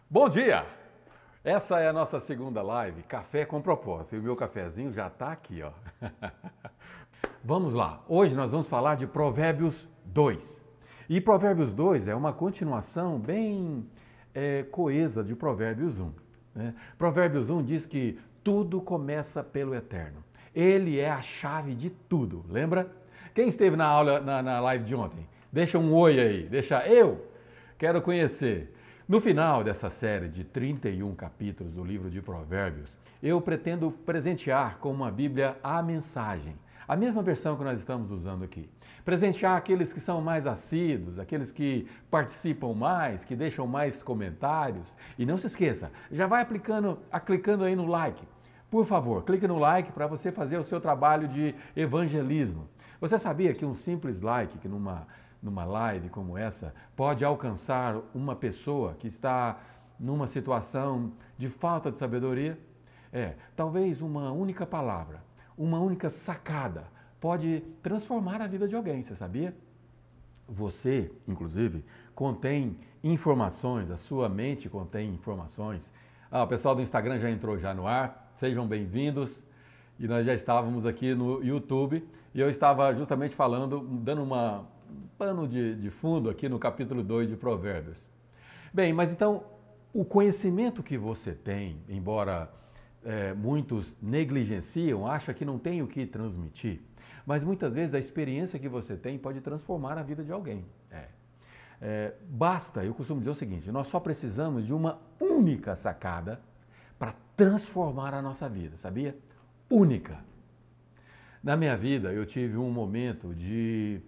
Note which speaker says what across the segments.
Speaker 1: Bom dia! Essa é a nossa segunda live, Café com Propósito. E o meu cafezinho já está aqui, ó. Vamos lá. Hoje nós vamos falar de Provérbios 2. E Provérbios 2 é uma continuação bem coesa de Provérbios 1. Né? Provérbios 1 diz que tudo começa pelo Eterno. Ele é a chave de tudo, lembra? Quem esteve na aula, na live de ontem? Deixa um oi aí, deixa eu. Quero conhecer. No final dessa série de 31 capítulos do livro de Provérbios, eu pretendo presentear com uma Bíblia a mensagem, a mesma versão que nós estamos usando aqui. Presentear aqueles que são mais assíduos, aqueles que participam mais, que deixam mais comentários. E não se esqueça, já vai clicando aí no like. Por favor, clique no like para você fazer o seu trabalho de evangelismo. Você sabia que um simples like, que numa live como essa, pode alcançar uma pessoa que está numa situação de falta de sabedoria? Talvez uma única palavra, uma única sacada pode transformar a vida de alguém, você sabia? Você, inclusive, contém informações, a sua mente contém informações. O pessoal do Instagram já entrou já no ar, sejam bem-vindos. E nós já estávamos aqui no YouTube e eu estava justamente falando, dando um pano de fundo aqui no capítulo 2 de Provérbios. Bem, mas então o conhecimento que você tem, embora muitos negligenciam, acham que não tem o que transmitir, mas muitas vezes a experiência que você tem pode transformar a vida de alguém. Basta, eu costumo dizer o seguinte, nós só precisamos de uma única sacada para transformar a nossa vida, sabia? Única. Na minha vida eu tive um momento de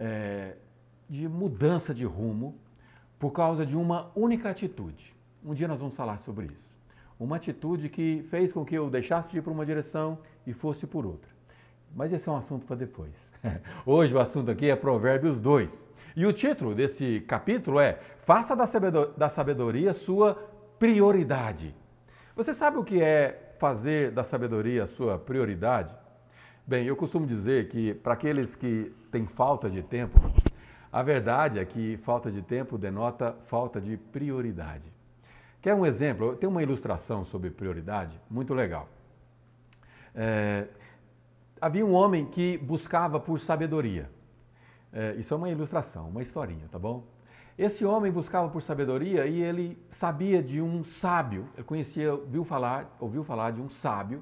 Speaker 1: mudança de rumo por causa de uma única atitude. Um dia nós vamos falar sobre isso. Uma atitude que fez com que eu deixasse de ir para uma direção e fosse por outra. Mas esse é um assunto para depois. Hoje o assunto aqui é Provérbios 2. E o título desse capítulo é Faça da sabedoria sua prioridade. Você sabe o que é fazer da sabedoria a sua prioridade? Bem, eu costumo dizer que para aqueles que têm falta de tempo, a verdade é que falta de tempo denota falta de prioridade. Quer um exemplo? Tem uma ilustração sobre prioridade muito legal. Havia um homem que buscava por sabedoria. Isso é uma ilustração, uma historinha, tá bom? Esse homem buscava por sabedoria e ele sabia de um sábio, ele ouviu falar de um sábio,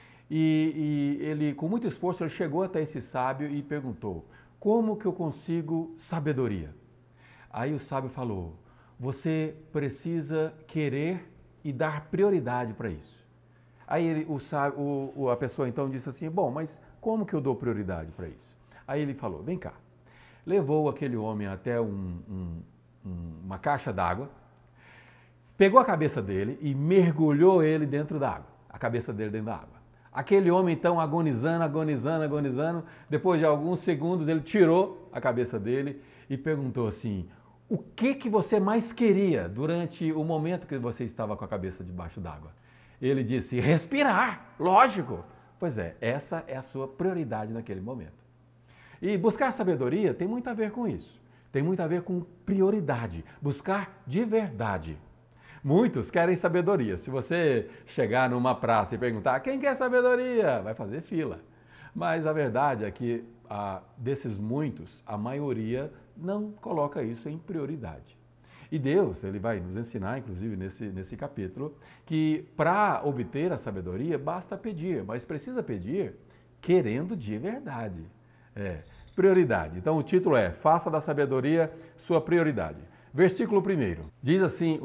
Speaker 1: e ele, com muito esforço, ele chegou até esse sábio e perguntou, como que eu consigo sabedoria? Aí o sábio falou, você precisa querer e dar prioridade para isso. Aí a pessoa então disse assim, bom, mas como que eu dou prioridade para isso? Aí ele falou, vem cá. Levou aquele homem até uma caixa d'água, pegou a cabeça dele e mergulhou ele dentro da água, a cabeça dele dentro da água. Aquele homem então agonizando, depois de alguns segundos ele tirou a cabeça dele e perguntou assim, o que você mais queria durante o momento que você estava com a cabeça debaixo d'água? Ele disse, respirar, lógico. Pois é, essa é a sua prioridade naquele momento. E buscar sabedoria tem muito a ver com isso. Tem muito a ver com prioridade, buscar de verdade. Muitos querem sabedoria. Se você chegar numa praça e perguntar quem quer sabedoria, vai fazer fila. Mas a verdade é que desses muitos, a maioria não coloca isso em prioridade. E Deus, ele vai nos ensinar, inclusive nesse capítulo, que para obter a sabedoria basta pedir, mas precisa pedir querendo de verdade. Prioridade. Então o título é Faça da sabedoria sua prioridade. Versículo 1. Diz assim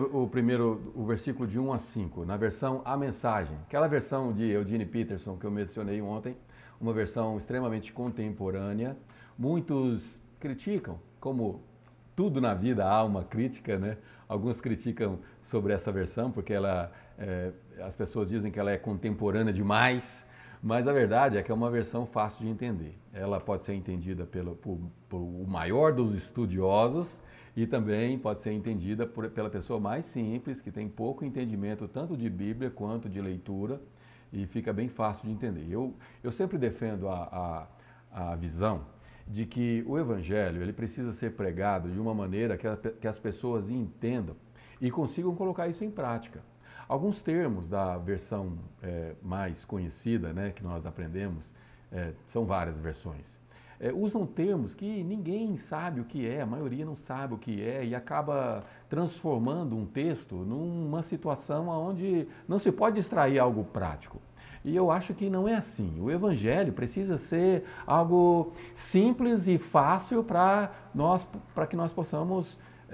Speaker 1: o versículo de 1 a 5, na versão A Mensagem. Aquela versão de Eugene Peterson que eu mencionei ontem, uma versão extremamente contemporânea. Muitos criticam, como tudo na vida há uma crítica, né? Alguns criticam sobre essa versão porque as pessoas dizem que ela é contemporânea demais. Mas a verdade é que é uma versão fácil de entender. Ela pode ser entendida por o maior dos estudiosos e também pode ser entendida pela pessoa mais simples, que tem pouco entendimento tanto de Bíblia quanto de leitura e fica bem fácil de entender. Eu sempre defendo a visão de que o Evangelho ele precisa ser pregado de uma maneira que as pessoas entendam e consigam colocar isso em prática. Alguns termos da versão mais conhecida, né, que nós aprendemos, são várias versões, usam termos que ninguém sabe o que é, a maioria não sabe o que é e acaba transformando um texto numa situação onde não se pode extrair algo prático. E eu acho que não é assim. O Evangelho precisa ser algo simples e fácil para que nós possamos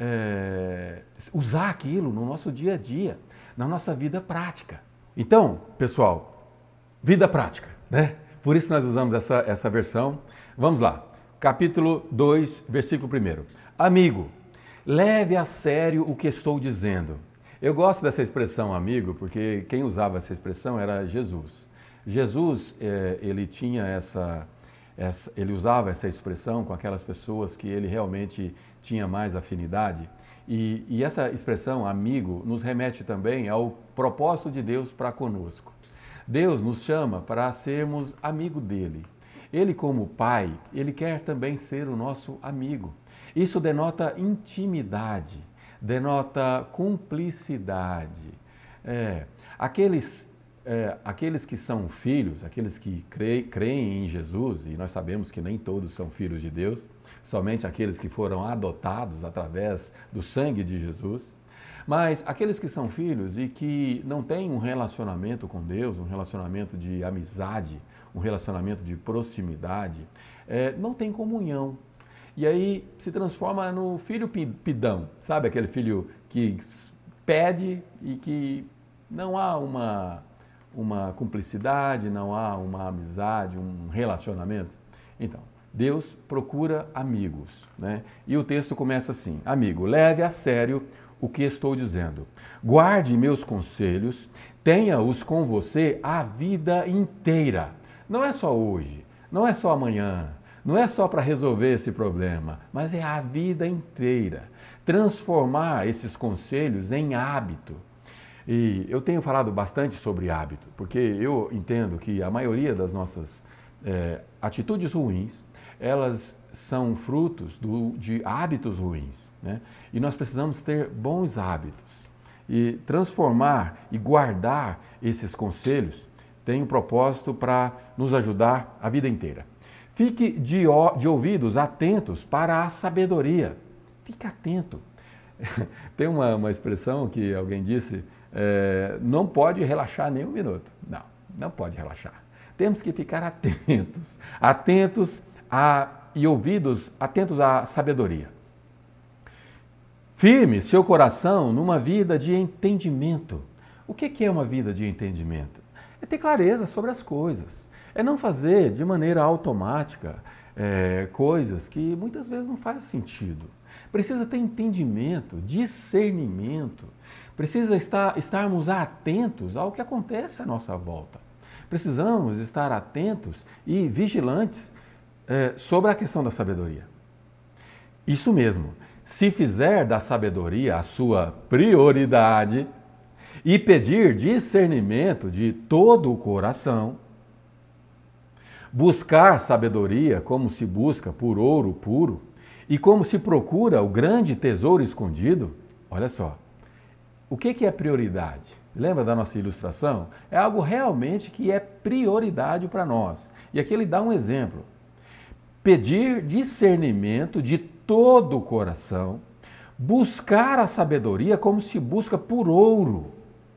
Speaker 1: usar aquilo no nosso dia a dia, na nossa vida prática. Então, pessoal, vida prática, né? Por isso nós usamos essa versão. Vamos lá, capítulo 2, versículo 1. Amigo, leve a sério o que estou dizendo. Eu gosto dessa expressão amigo, porque quem usava essa expressão era Jesus. Jesus, ele tinha ele usava essa expressão com aquelas pessoas que ele realmente tinha mais afinidade. E essa expressão, amigo, nos remete também ao propósito de Deus para conosco. Deus nos chama para sermos amigo dele. Ele, como pai, ele quer também ser o nosso amigo. Isso denota intimidade, denota cumplicidade. Aqueles que são filhos, aqueles que creem em Jesus, e nós sabemos que nem todos são filhos de Deus, somente aqueles que foram adotados através do sangue de Jesus. Mas aqueles que são filhos e que não têm um relacionamento com Deus, um relacionamento de amizade, um relacionamento de proximidade, não tem comunhão. E aí se transforma no filho pidão, sabe? Aquele filho que pede e que não há uma cumplicidade, não há uma amizade, um relacionamento. Então, Deus procura amigos, né? E o texto começa assim: amigo, leve a sério o que estou dizendo. Guarde meus conselhos, tenha-os com você a vida inteira. Não é só hoje, não é só amanhã, não é só para resolver esse problema, mas é a vida inteira. Transformar esses conselhos em hábito. E eu tenho falado bastante sobre hábito, porque eu entendo que a maioria das nossas atitudes ruins, elas são frutos de hábitos ruins, né? E nós precisamos ter bons hábitos. E transformar e guardar esses conselhos tem um propósito para nos ajudar a vida inteira. Fique de ouvidos atentos para a sabedoria. Fique atento. Tem uma expressão que alguém disse, não pode relaxar nem um minuto. Não pode relaxar. Temos que ficar atentos e ouvidos atentos à sabedoria. Firme seu coração numa vida de entendimento. O que é uma vida de entendimento? É ter clareza sobre as coisas. É não fazer de maneira automática coisas que muitas vezes não fazem sentido. Precisa ter entendimento, discernimento. Precisa estarmos atentos ao que acontece à nossa volta. Precisamos estar atentos e vigilantes sobre a questão da sabedoria. Isso mesmo. Se fizer da sabedoria a sua prioridade e pedir discernimento de todo o coração, buscar sabedoria como se busca por ouro puro e como se procura o grande tesouro escondido, olha só, o que é prioridade? Lembra da nossa ilustração? É algo realmente que é prioridade para nós. E aqui ele dá um exemplo. Pedir discernimento de todo o coração, buscar a sabedoria como se busca por ouro.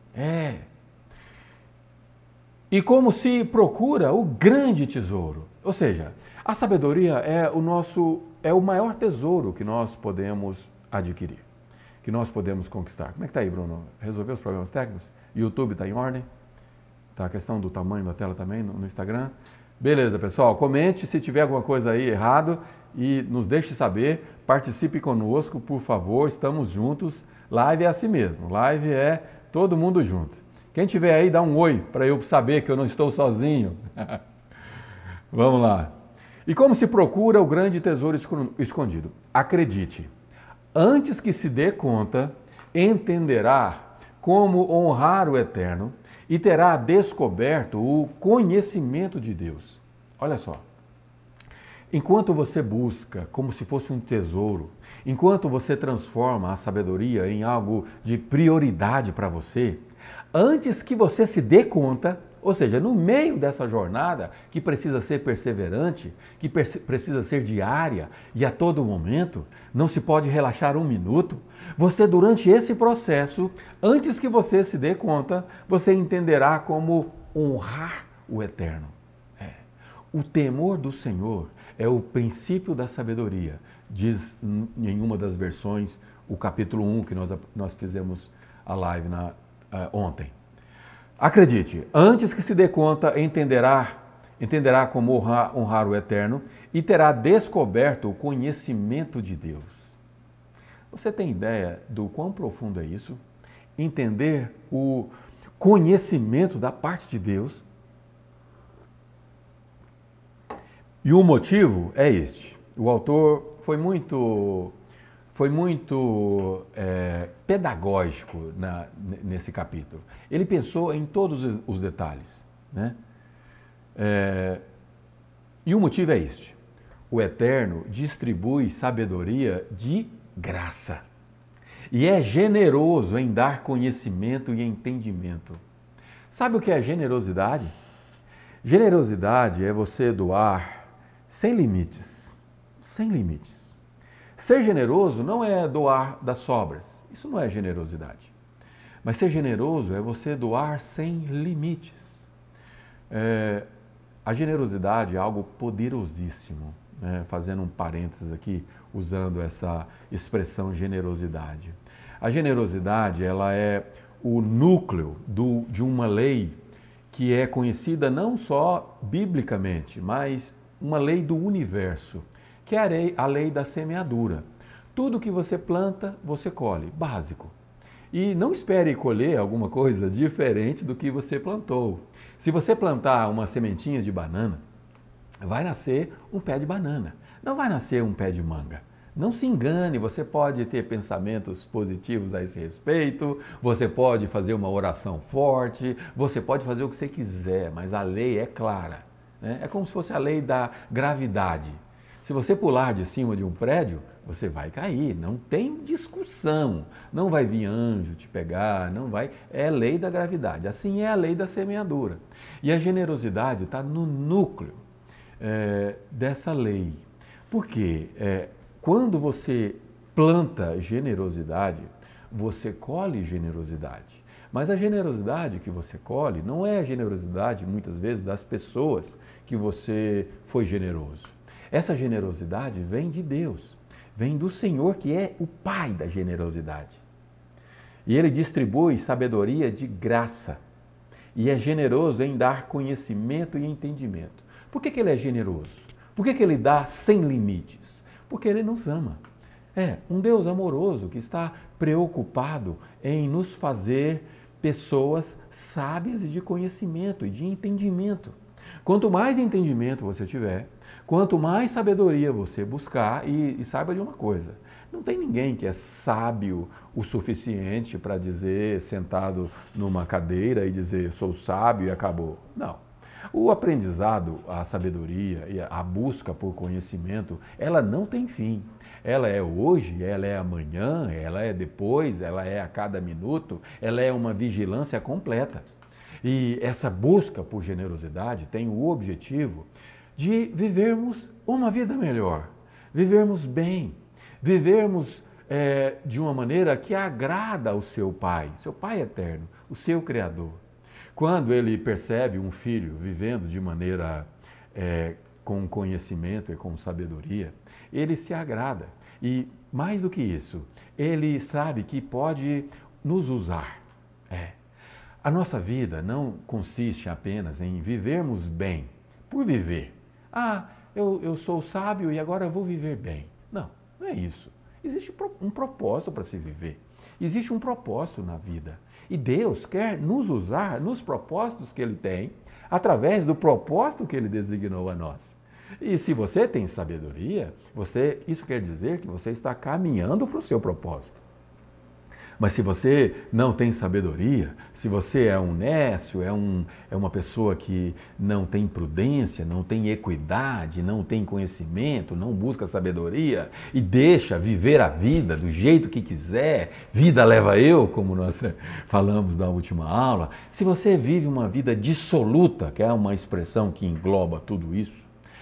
Speaker 1: E como se procura o grande tesouro. Ou seja, a sabedoria é o maior tesouro que nós podemos adquirir, que nós podemos conquistar. Como é que está aí, Bruno? Resolveu os problemas técnicos? YouTube está em ordem? Está a questão do tamanho da tela também no Instagram? Beleza, pessoal. Comente se tiver alguma coisa aí errado e nos deixe saber. Participe conosco, por favor. Estamos juntos. Live é assim mesmo. Live é todo mundo junto. Quem tiver aí, dá um oi para eu saber que eu não estou sozinho. Vamos lá. E como se procura o grande tesouro escondido? Acredite, antes que se dê conta, entenderá como honrar o Eterno e terá descoberto o conhecimento de Deus. Olha só. Enquanto você busca como se fosse um tesouro, enquanto você transforma a sabedoria em algo de prioridade para você, antes que você se dê conta, ou seja, no meio dessa jornada que precisa ser perseverante, que precisa ser diária e a todo momento, não se pode relaxar um minuto, você durante esse processo, antes que você se dê conta, você entenderá como honrar o Eterno. O temor do Senhor é o princípio da sabedoria, diz em uma das versões o capítulo 1 que nós fizemos a live ontem. Acredite, antes que se dê conta, entenderá como honrar o Eterno e terá descoberto o conhecimento de Deus. Você tem ideia do quão profundo é isso? Entender o conhecimento da parte de Deus. E o motivo é este. O autor foi muito pedagógico nesse capítulo. Ele pensou em todos os detalhes. Né? E o motivo é este. O Eterno distribui sabedoria de graça. E é generoso em dar conhecimento e entendimento. Sabe o que é generosidade? Generosidade é você doar sem limites. Sem limites. Ser generoso não é doar das sobras. Isso não é generosidade. Mas ser generoso é você doar sem limites. A generosidade é algo poderosíssimo. Né? Fazendo um parênteses aqui, usando essa expressão generosidade. A generosidade ela é o núcleo de uma lei que é conhecida não só biblicamente, mas uma lei do universo, que é a lei da semeadura. Tudo que você planta, você colhe, básico. E não espere colher alguma coisa diferente do que você plantou. Se você plantar uma sementinha de banana, vai nascer um pé de banana, não vai nascer um pé de manga. Não se engane, você pode ter pensamentos positivos a esse respeito, você pode fazer uma oração forte, você pode fazer o que você quiser, mas a lei é clara. Né? É como se fosse a lei da gravidade. Se você pular de cima de um prédio, você vai cair, não tem discussão. Não vai vir anjo te pegar, não vai. É lei da gravidade. Assim é a lei da semeadura. E a generosidade está no núcleo dessa lei. Por quê? Quando você planta generosidade, você colhe generosidade. Mas a generosidade que você colhe não é a generosidade, muitas vezes, das pessoas que você foi generoso. Essa generosidade vem de Deus, vem do Senhor, que é o Pai da generosidade. E Ele distribui sabedoria de graça e é generoso em dar conhecimento e entendimento. Por que Ele é generoso? Por que Ele dá sem limites? Porque Ele nos ama. É um Deus amoroso que está preocupado em nos fazer pessoas sábias e de conhecimento e de entendimento. Quanto mais entendimento você tiver, quanto mais sabedoria você buscar, e saiba de uma coisa, não tem ninguém que é sábio o suficiente para dizer, sentado numa cadeira e dizer, sou sábio e acabou. Não. O aprendizado, a sabedoria e a busca por conhecimento, ela não tem fim. Ela é hoje, ela é amanhã, ela é depois, ela é a cada minuto, ela é uma vigilância completa. E essa busca por generosidade tem o objetivo de vivermos uma vida melhor, vivermos bem, vivermos de uma maneira que agrada ao seu Pai eterno, o seu Criador. Quando ele percebe um filho vivendo de maneira com conhecimento e com sabedoria, ele se agrada. E mais do que isso, ele sabe que pode nos usar. A nossa vida não consiste apenas em vivermos bem, por viver. Eu sou sábio e agora eu vou viver bem. Não, não é isso. Existe um propósito para se viver. Existe um propósito na vida. E Deus quer nos usar nos propósitos que Ele tem, através do propósito que Ele designou a nós. E se você tem sabedoria, isso quer dizer que você está caminhando para o seu propósito. Mas se você não tem sabedoria, se você é um nécio, é uma pessoa que não tem prudência, não tem equidade, não tem conhecimento, não busca sabedoria e deixa viver a vida do jeito que quiser, vida leva eu, como nós falamos na última aula, se você vive uma vida dissoluta, que é uma expressão que engloba tudo isso,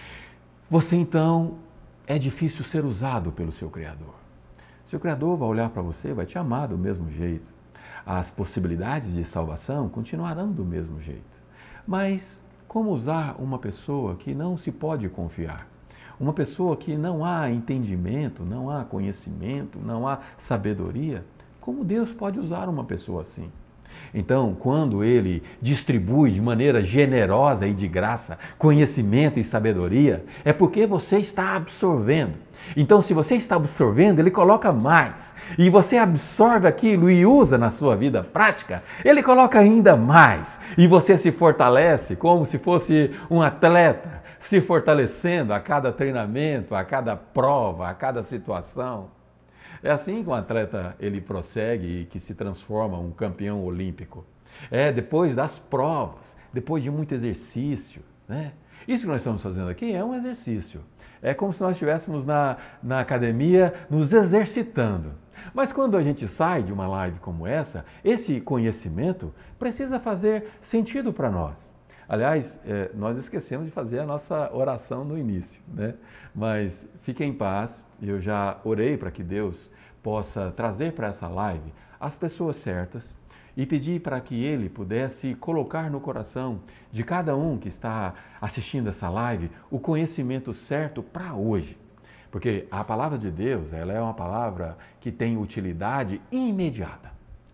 Speaker 1: você então é difícil ser usado pelo seu Criador. Seu Criador vai olhar para você, vai te amar do mesmo jeito. As possibilidades de salvação continuarão do mesmo jeito. Mas como usar uma pessoa que não se pode confiar? Uma pessoa que não há entendimento, não há conhecimento, não há sabedoria? Como Deus pode usar uma pessoa assim? Então, quando Ele distribui de maneira generosa e de graça conhecimento e sabedoria, é porque você está absorvendo. Então, se você está absorvendo, Ele coloca mais. E você absorve aquilo e usa na sua vida prática, Ele coloca ainda mais. E você se fortalece como se fosse um atleta, se fortalecendo a cada treinamento, a cada prova, a cada situação. É assim que um atleta ele prossegue e que se transforma um campeão olímpico. É depois das provas, depois de muito exercício, né? Isso que nós estamos fazendo aqui é um exercício. É como se nós estivéssemos na academia nos exercitando. Mas quando a gente sai de uma live como essa, esse conhecimento precisa fazer sentido para nós. Aliás, nós esquecemos de fazer a nossa oração no início, né? Mas fique em paz, eu já orei para que Deus possa trazer para essa live as pessoas certas e pedir para que Ele pudesse colocar no coração de cada um que está assistindo essa live o conhecimento certo para hoje. Porque a palavra de Deus, ela é uma palavra que tem utilidade imediata.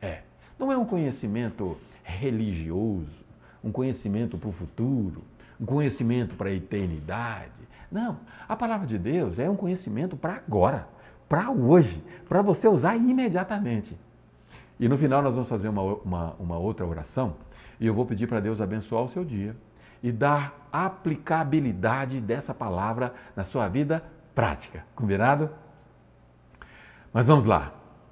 Speaker 1: Não é um conhecimento religioso, um conhecimento para o futuro, um conhecimento para a eternidade. Não, a palavra de Deus é um conhecimento para agora, para hoje, para você usar imediatamente. E no final nós vamos fazer uma outra oração e eu vou pedir para Deus abençoar o seu dia e dar aplicabilidade dessa palavra na sua vida prática. Combinado? Mas vamos lá.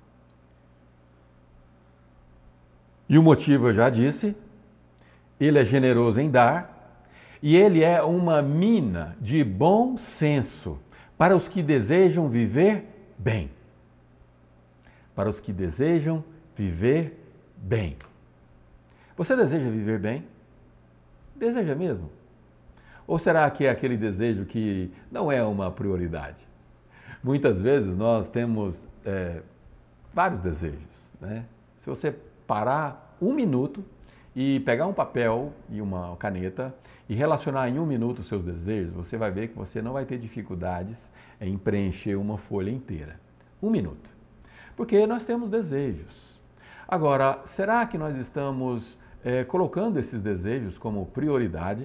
Speaker 1: E o motivo eu já disse, Ele é generoso em dar e Ele é uma mina de bom senso para os que desejam viver bem. Para os que desejam viver bem. Você deseja viver bem? Deseja mesmo? Ou será que é aquele desejo que não é uma prioridade? Muitas vezes nós temos vários desejos, né? Se você parar um minuto e pegar um papel e uma caneta e relacionar em um minuto os seus desejos, você vai ver que você não vai ter dificuldades em preencher uma folha inteira. Um minuto. Porque nós temos desejos. Agora, será que nós estamos colocando esses desejos como prioridade?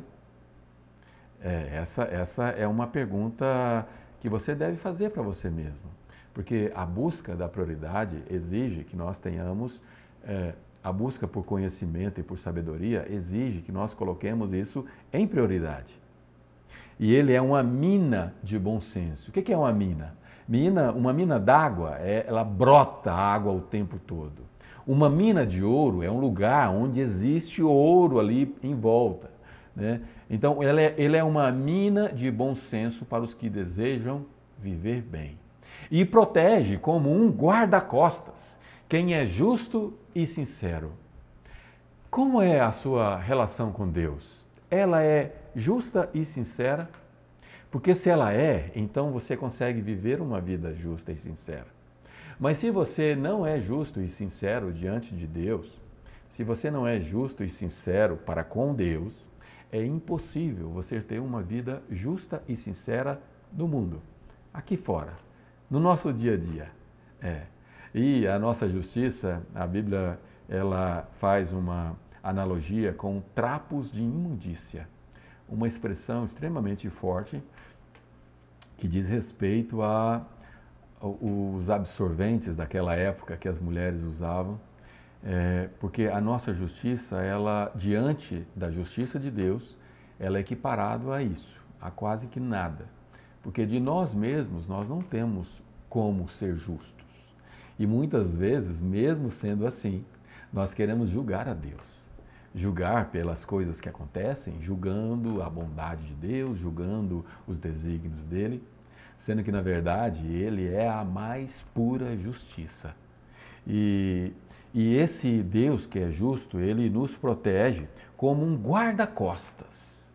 Speaker 1: Essa é uma pergunta que você deve fazer para você mesmo. Porque a busca da prioridade exige que nós tenhamos a busca por conhecimento e por sabedoria exige que nós coloquemos isso em prioridade. E ele é uma mina de bom senso. O que é uma mina? Uma mina d'água, ela brota água o tempo todo. Uma mina de ouro é um lugar onde existe ouro ali em volta, né? Então, ele é uma mina de bom senso para os que desejam viver bem. E protege como um guarda-costas quem é justo e sincero. Como é a sua relação com Deus? Ela é justa e sincera? Porque se ela é, então você consegue viver uma vida justa e sincera. Mas se você não é justo e sincero diante de Deus, se você não é justo e sincero para com Deus, é impossível você ter uma vida justa e sincera no mundo, aqui fora, no nosso dia a dia. E a nossa justiça, a Bíblia, ela faz uma analogia com trapos de imundícia, uma expressão extremamente forte que diz respeito aos absorventes daquela época que as mulheres usavam, porque a nossa justiça, ela diante da justiça de Deus, ela é equiparada a isso, a quase que nada, porque de nós mesmos nós não temos como ser justos. E muitas vezes, mesmo sendo assim, nós queremos julgar a Deus. Julgar pelas coisas que acontecem, julgando a bondade de Deus, julgando os desígnios dele, sendo que, na verdade, ele é a mais pura justiça. E esse Deus que é justo, ele nos protege como um guarda-costas.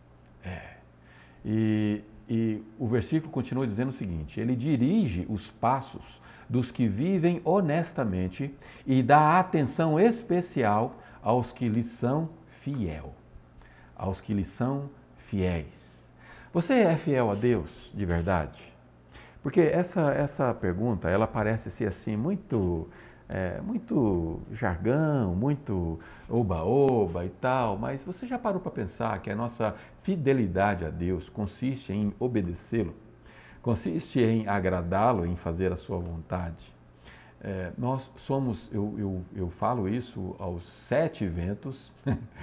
Speaker 1: E o versículo continua dizendo o seguinte: ele dirige os passos dos que vivem honestamente e dá atenção especial aos que lhe são fiel. Aos que lhe são fiéis. Você é fiel a Deus de verdade? Porque essa pergunta, ela parece ser assim muito jargão, muito oba-oba e tal, mas você já parou para pensar que a nossa fidelidade a Deus consiste em obedecê-lo? Consiste em agradá-lo, em fazer a sua vontade? Nós somos, eu falo isso aos 7 ventos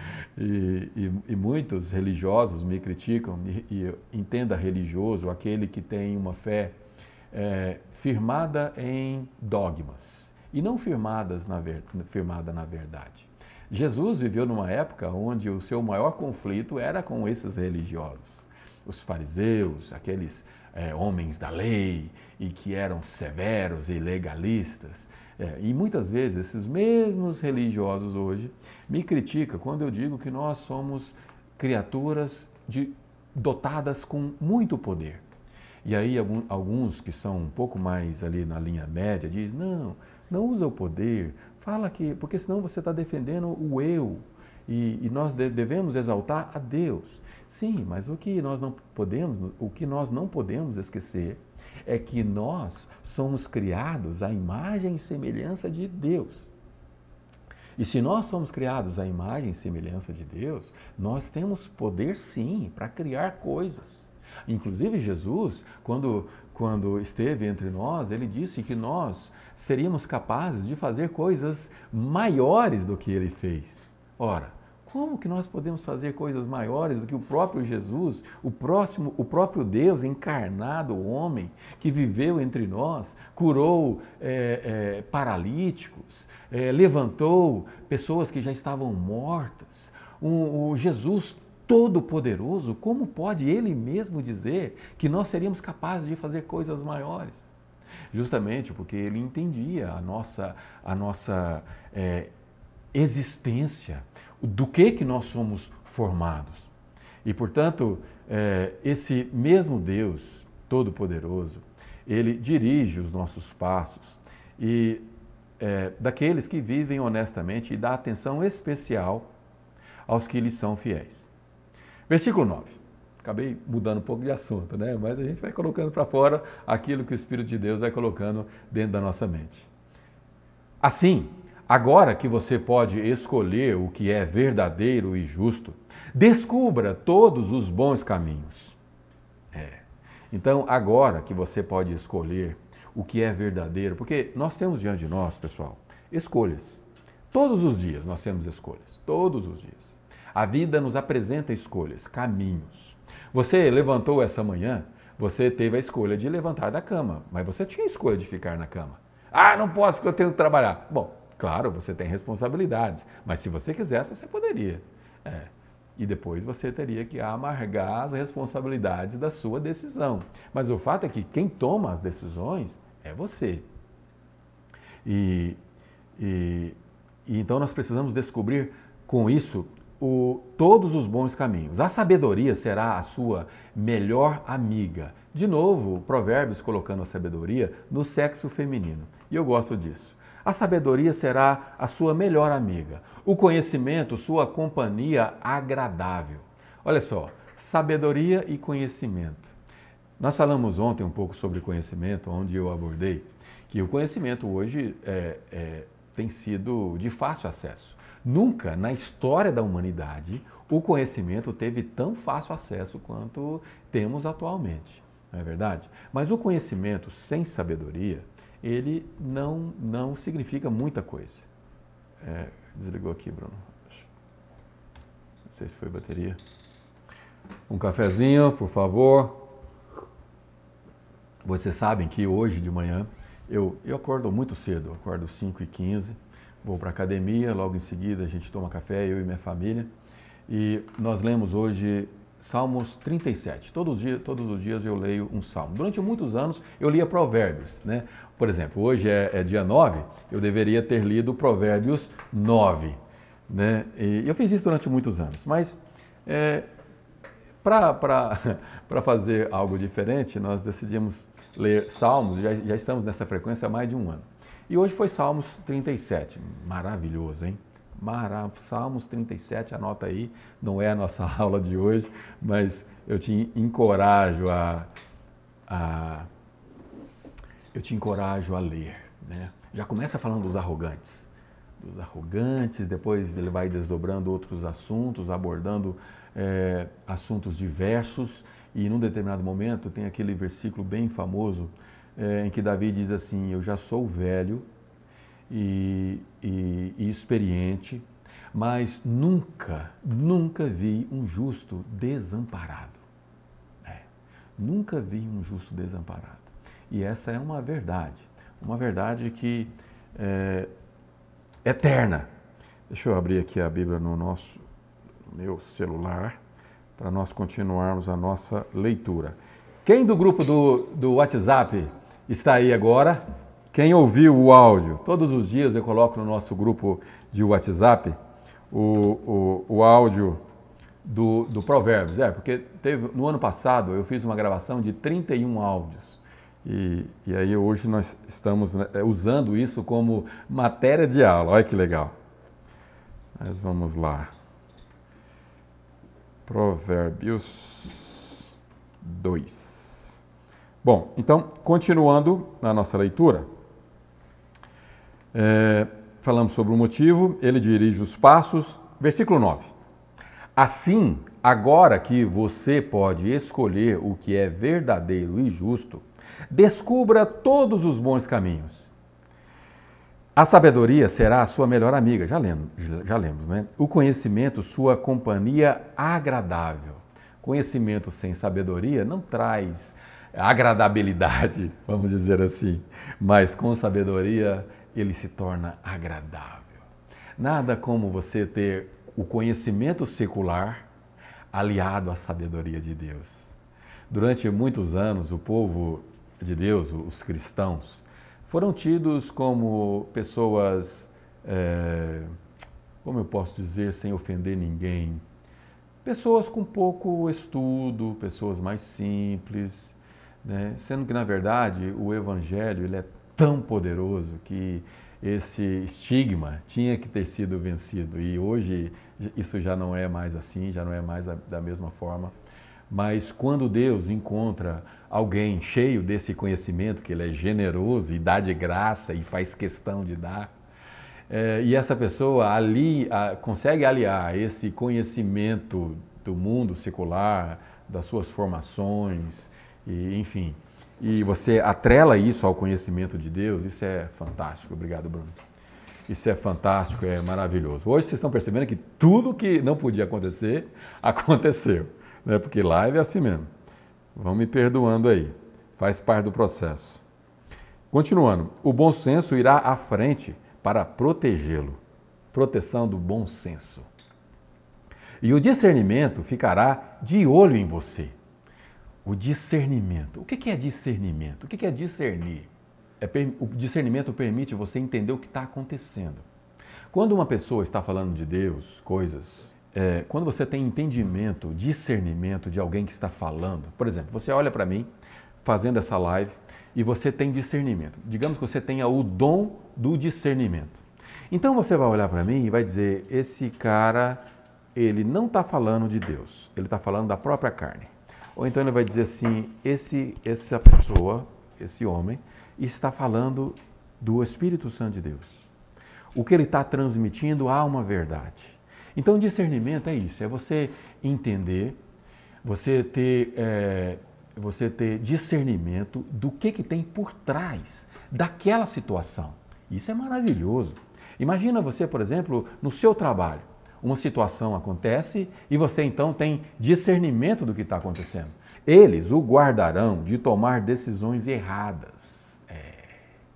Speaker 1: e muitos religiosos me criticam, e entenda religioso aquele que tem uma fé firmada em dogmas e não firmada na verdade. Jesus viveu numa época onde o seu maior conflito era com esses religiosos, os fariseus, aqueles homens da lei e que eram severos e legalistas. E muitas vezes esses mesmos religiosos hoje me criticam quando eu digo que nós somos criaturas dotadas com muito poder. E aí alguns que são um pouco mais ali na linha média dizem, não usa o poder, fala que, porque senão você está defendendo o eu e nós devemos exaltar a Deus. Sim, mas o que nós não podemos esquecer é que nós somos criados à imagem e semelhança de Deus. E se nós somos criados à imagem e semelhança de Deus, nós temos poder sim para criar coisas. Inclusive Jesus, quando esteve entre nós, ele disse que nós seríamos capazes de fazer coisas maiores do que ele fez. Ora, como que nós podemos fazer coisas maiores do que o próprio Jesus, o próprio Deus encarnado, o homem que viveu entre nós, curou paralíticos, levantou pessoas que já estavam mortas, o Jesus Todo-Poderoso, como pode Ele mesmo dizer que nós seríamos capazes de fazer coisas maiores? Justamente porque Ele entendia a nossa existência, do que nós somos formados. E, portanto, esse mesmo Deus Todo-Poderoso, Ele dirige os nossos passos e daqueles que vivem honestamente e dá atenção especial aos que lhes são fiéis. Versículo 9. Acabei mudando um pouco de assunto, né? Mas a gente vai colocando para fora aquilo que o Espírito de Deus vai colocando dentro da nossa mente. Assim, agora que você pode escolher o que é verdadeiro e justo, descubra todos os bons caminhos. Então, agora que você pode escolher o que é verdadeiro, porque nós temos diante de nós, pessoal, escolhas. Todos os dias nós temos escolhas, todos os dias. A vida nos apresenta escolhas, caminhos. Você levantou essa manhã, você teve a escolha de levantar da cama, mas você tinha a escolha de ficar na cama. Ah, não posso porque eu tenho que trabalhar. Bom, claro, você tem responsabilidades, mas se você quisesse, você poderia. E depois você teria que amargar as responsabilidades da sua decisão. Mas o fato é que quem toma as decisões é você. E então nós precisamos descobrir com isso todos os bons caminhos. A sabedoria será a sua melhor amiga. De novo, Provérbios colocando a sabedoria no sexo feminino. E eu gosto disso. A sabedoria será a sua melhor amiga. O conhecimento, sua companhia agradável. Olha só, sabedoria e conhecimento. Nós falamos ontem um pouco sobre conhecimento, onde eu abordei que o conhecimento hoje tem sido de fácil acesso. Nunca na história da humanidade o conhecimento teve tão fácil acesso quanto temos atualmente, não é verdade? Mas o conhecimento sem sabedoria, ele não significa muita coisa. Desligou aqui, Bruno. Não sei se foi bateria. Um cafezinho, por favor. Vocês sabem que hoje de manhã eu acordo muito cedo, eu acordo 5h15, vou para a academia, logo em seguida a gente toma café, eu e minha família, e nós lemos hoje Salmos 37. Todos os dias eu leio um salmo. Durante muitos anos eu lia Provérbios, né? Por exemplo, hoje é dia 9, eu deveria ter lido Provérbios 9, né? E eu fiz isso durante muitos anos, mas para fazer algo diferente, nós decidimos ler Salmos, já estamos nessa frequência há mais de um ano. E hoje foi Salmos 37, maravilhoso, hein? Salmos 37, anota aí, não é a nossa aula de hoje, mas eu te encorajo a ler, né? Já começa falando dos arrogantes, depois ele vai desdobrando outros assuntos, abordando assuntos diversos, e num determinado momento tem aquele versículo bem famoso em que Davi diz assim: eu já sou velho e experiente, mas nunca vi um justo desamparado. Nunca vi um justo desamparado. E essa é uma verdade que é eterna. Deixa eu abrir aqui a Bíblia no meu celular para nós continuarmos a nossa leitura. Quem do grupo do WhatsApp está aí agora? Quem ouviu o áudio? Todos os dias eu coloco no nosso grupo de WhatsApp o áudio do Provérbios. Porque no ano passado eu fiz uma gravação de 31 áudios. E aí hoje nós estamos usando isso como matéria de aula. Olha que legal. Mas vamos lá. Provérbios 2. Bom, então, continuando na nossa leitura, falamos sobre o motivo, ele dirige os passos. Versículo 9. Assim, agora que você pode escolher o que é verdadeiro e justo, descubra todos os bons caminhos. A sabedoria será a sua melhor amiga, já lemos, né? O conhecimento, sua companhia agradável. Conhecimento sem sabedoria não traz agradabilidade, vamos dizer assim, mas com sabedoria ele se torna agradável. Nada como você ter o conhecimento secular aliado à sabedoria de Deus. Durante muitos anos, o povo de Deus, os cristãos, foram tidos como pessoas, como eu posso dizer, sem ofender ninguém, pessoas com pouco estudo, pessoas mais simples, né? Sendo que, na verdade, o Evangelho ele é tão poderoso que esse estigma tinha que ter sido vencido. E hoje isso já não é mais assim, já não é mais da mesma forma. Mas quando Deus encontra alguém cheio desse conhecimento, que Ele é generoso e dá de graça e faz questão de dar, e essa pessoa consegue aliar esse conhecimento do mundo secular, das suas formações, enfim, e você atrela isso ao conhecimento de Deus, isso é fantástico. Obrigado, Bruno. Isso é fantástico, é maravilhoso. Hoje vocês estão percebendo que tudo que não podia acontecer, aconteceu. Né? Porque live é assim mesmo. Vão me perdoando aí. Faz parte do processo. Continuando. O bom senso irá à frente para protegê-lo. Proteção do bom senso. E o discernimento ficará de olho em você. O discernimento. O que é discernimento? O que é discernir? O discernimento permite você entender o que está acontecendo. Quando uma pessoa está falando de Deus, coisas... quando você tem entendimento, discernimento de alguém que está falando, por exemplo, você olha para mim fazendo essa live e você tem discernimento. Digamos que você tenha o dom do discernimento. Então você vai olhar para mim e vai dizer, esse cara, ele não está falando de Deus, ele está falando da própria carne. Ou então ele vai dizer assim, essa pessoa, esse homem, está falando do Espírito Santo de Deus. O que ele está transmitindo há uma verdade. Então, discernimento é isso, é você entender, você ter discernimento do que tem por trás daquela situação. Isso é maravilhoso. Imagina você, por exemplo, no seu trabalho, uma situação acontece e você então tem discernimento do que está acontecendo. Eles o guardarão de tomar decisões erradas.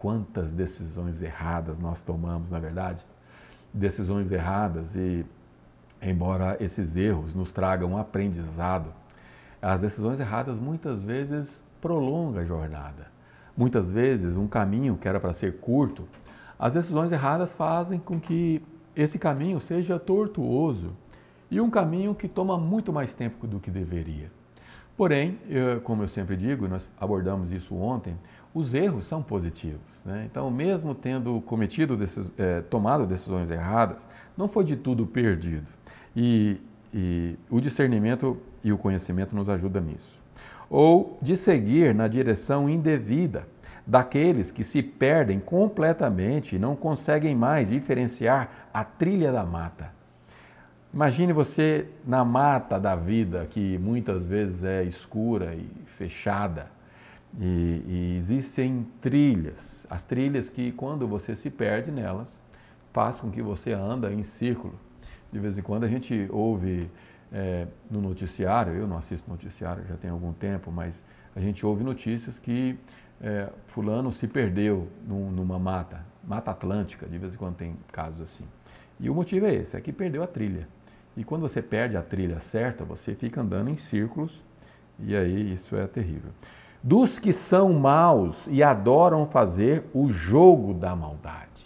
Speaker 1: quantas decisões erradas nós tomamos, na verdade? Decisões erradas e, embora esses erros nos tragam um aprendizado, as decisões erradas muitas vezes prolongam a jornada. Muitas vezes um caminho que era para ser curto, as decisões erradas fazem com que esse caminho seja tortuoso e um caminho que toma muito mais tempo do que deveria. Porém, como eu sempre digo, nós abordamos isso ontem, os erros são positivos, né? Então, mesmo tendo tomado decisões erradas, não foi de tudo perdido. E o discernimento e o conhecimento nos ajudam nisso. Ou de seguir na direção indevida daqueles que se perdem completamente e não conseguem mais diferenciar a trilha da mata. Imagine você na mata da vida, que muitas vezes é escura e fechada, e existem trilhas. As trilhas que, quando você se perde nelas, faz com que você anda em círculo. De vez em quando a gente ouve no noticiário, eu não assisto noticiário já tem algum tempo, mas a gente ouve notícias que fulano se perdeu numa mata atlântica, de vez em quando tem casos assim. E o motivo é esse, é que perdeu a trilha. E quando você perde a trilha certa, você fica andando em círculos e aí isso é terrível. Dos que são maus e adoram fazer o jogo da maldade.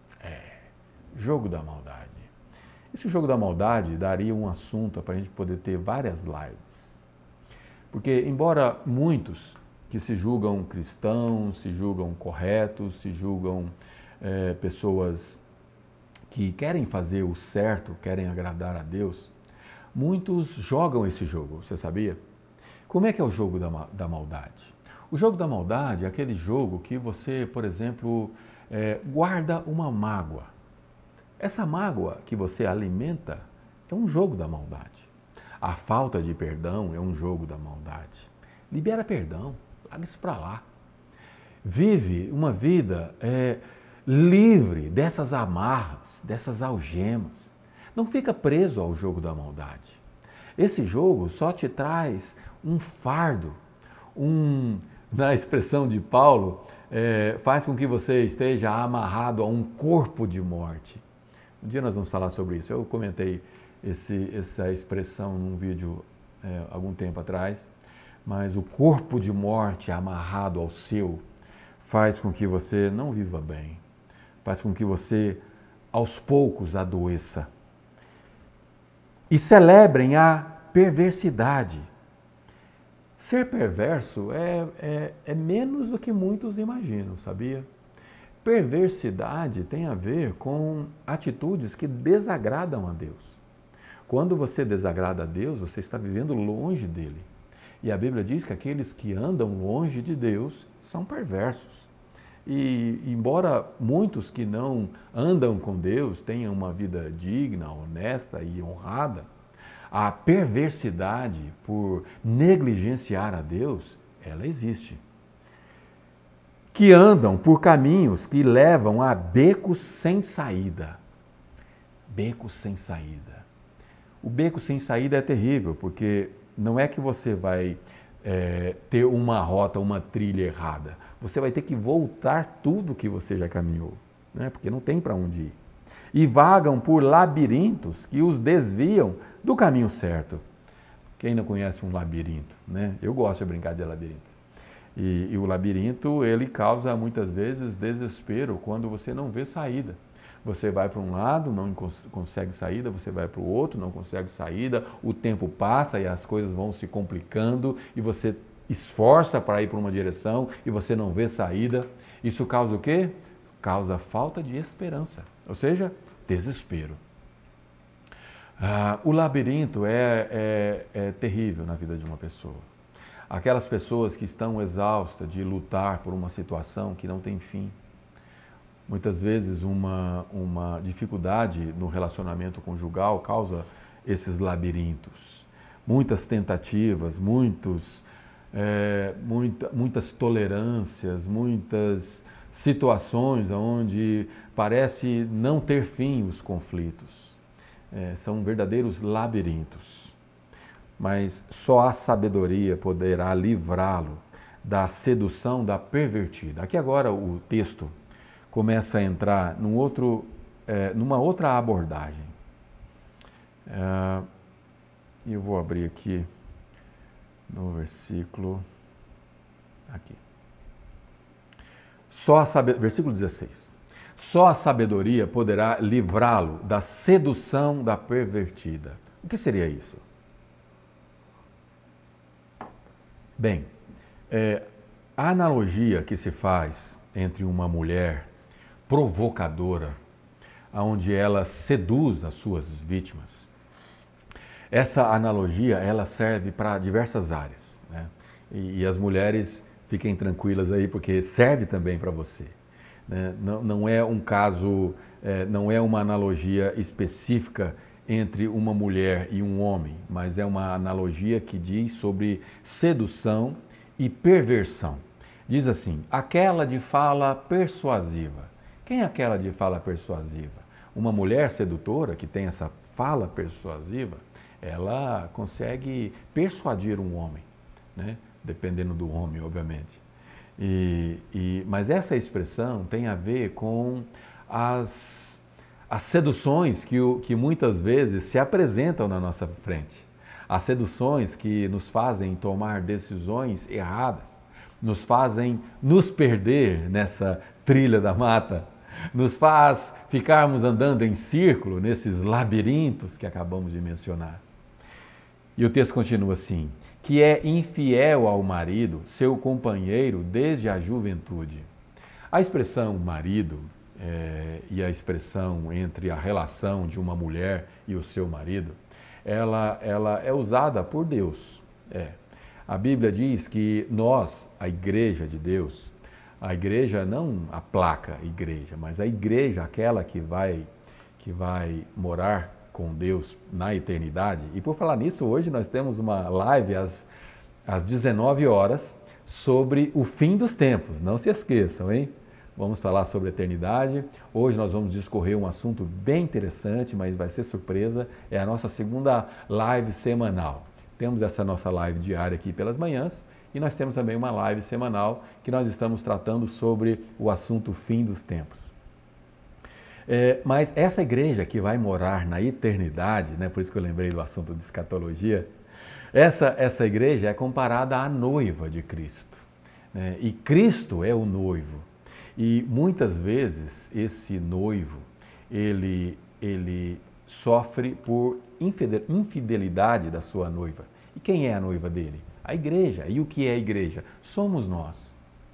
Speaker 1: Jogo da maldade. Esse jogo da maldade daria um assunto para a gente poder ter várias lives. Porque embora muitos que se julgam cristãos, se julgam corretos, se julgam pessoas que querem fazer o certo, querem agradar a Deus, muitos jogam esse jogo, você sabia? Como é que é o jogo da maldade? O jogo da maldade é aquele jogo que você, por exemplo, guarda uma mágoa. Essa mágoa que você alimenta é um jogo da maldade. A falta de perdão é um jogo da maldade. Libera perdão, larga isso para lá. Vive uma vida livre dessas amarras, dessas algemas. Não fica preso ao jogo da maldade. Esse jogo só te traz um fardo, na expressão de Paulo, faz com que você esteja amarrado a um corpo de morte. Um dia nós vamos falar sobre isso. Eu comentei essa expressão num vídeo algum tempo atrás, mas o corpo de morte amarrado ao seu faz com que você não viva bem, faz com que você aos poucos adoeça. E celebrem a perversidade. Ser perverso é menos do que muitos imaginam, sabia? Perversidade tem a ver com atitudes que desagradam a Deus. Quando você desagrada a Deus, você está vivendo longe dele. E a Bíblia diz que aqueles que andam longe de Deus são perversos. E embora muitos que não andam com Deus tenham uma vida digna, honesta e honrada, a perversidade por negligenciar a Deus, ela existe. Que andam por caminhos que levam a becos sem saída. Becos sem saída. O beco sem saída é terrível, porque não é que você vai ter uma rota, uma trilha errada. Você vai ter que voltar tudo que você já caminhou, né? Porque não tem para onde ir. E vagam por labirintos que os desviam do caminho certo. Quem não conhece um labirinto, né? Eu gosto de brincar de labirinto. E o labirinto, ele causa muitas vezes desespero quando você não vê saída. Você vai para um lado, não consegue saída, você vai para o outro, não consegue saída, o tempo passa e as coisas vão se complicando e você esforça para ir para uma direção e você não vê saída. Isso causa o quê? Causa falta de esperança, ou seja, desespero. O labirinto é terrível na vida de uma pessoa. Aquelas pessoas que estão exaustas de lutar por uma situação que não tem fim. Muitas vezes uma dificuldade no relacionamento conjugal causa esses labirintos. Muitas tentativas, muitas tolerâncias, muitas situações onde parece não ter fim os conflitos. São verdadeiros labirintos. Mas só a sabedoria poderá livrá-lo da sedução da pervertida. Aqui agora o texto começa a entrar numa outra abordagem. Eu vou abrir aqui no versículo aqui. Versículo 16. Só a sabedoria poderá livrá-lo da sedução da pervertida. O que seria isso? Bem, a analogia que se faz entre uma mulher provocadora, onde ela seduz as suas vítimas, essa analogia ela serve para diversas áreas, né? E as mulheres fiquem tranquilas aí, porque serve também para você, né? Não é um caso, não é uma analogia específica entre uma mulher e um homem, mas é uma analogia que diz sobre sedução e perversão. Diz assim, aquela de fala persuasiva. Quem é aquela de fala persuasiva? Uma mulher sedutora que tem essa fala persuasiva, ela consegue persuadir um homem, né? Dependendo do homem, obviamente. Mas essa expressão tem a ver com as seduções que muitas vezes se apresentam na nossa frente. As seduções que nos fazem tomar decisões erradas, nos fazem nos perder nessa trilha da mata, nos faz ficarmos andando em círculo nesses labirintos que acabamos de mencionar. E o texto continua assim, que é infiel ao marido, seu companheiro desde a juventude. A expressão marido e a expressão entre a relação de uma mulher e o seu marido, ela é usada por Deus. A Bíblia diz que nós, a igreja de Deus, a igreja não a placa igreja, mas a igreja, aquela que vai morar com Deus na eternidade. E por falar nisso, hoje nós temos uma live às 19 horas sobre o fim dos tempos. Não se esqueçam, hein? Vamos falar sobre a eternidade. Hoje nós vamos discorrer um assunto bem interessante, mas vai ser surpresa. É a nossa segunda live semanal. Temos essa nossa live diária aqui pelas manhãs e nós temos também uma live semanal que nós estamos tratando sobre o assunto fim dos tempos. Mas essa igreja que vai morar na eternidade, né, por isso que eu lembrei do assunto de escatologia, essa igreja é comparada à noiva de Cristo, né? E Cristo é o noivo. E muitas vezes esse noivo, ele sofre por infidelidade da sua noiva. E quem é a noiva dele? A igreja. E o que é a igreja? Somos nós.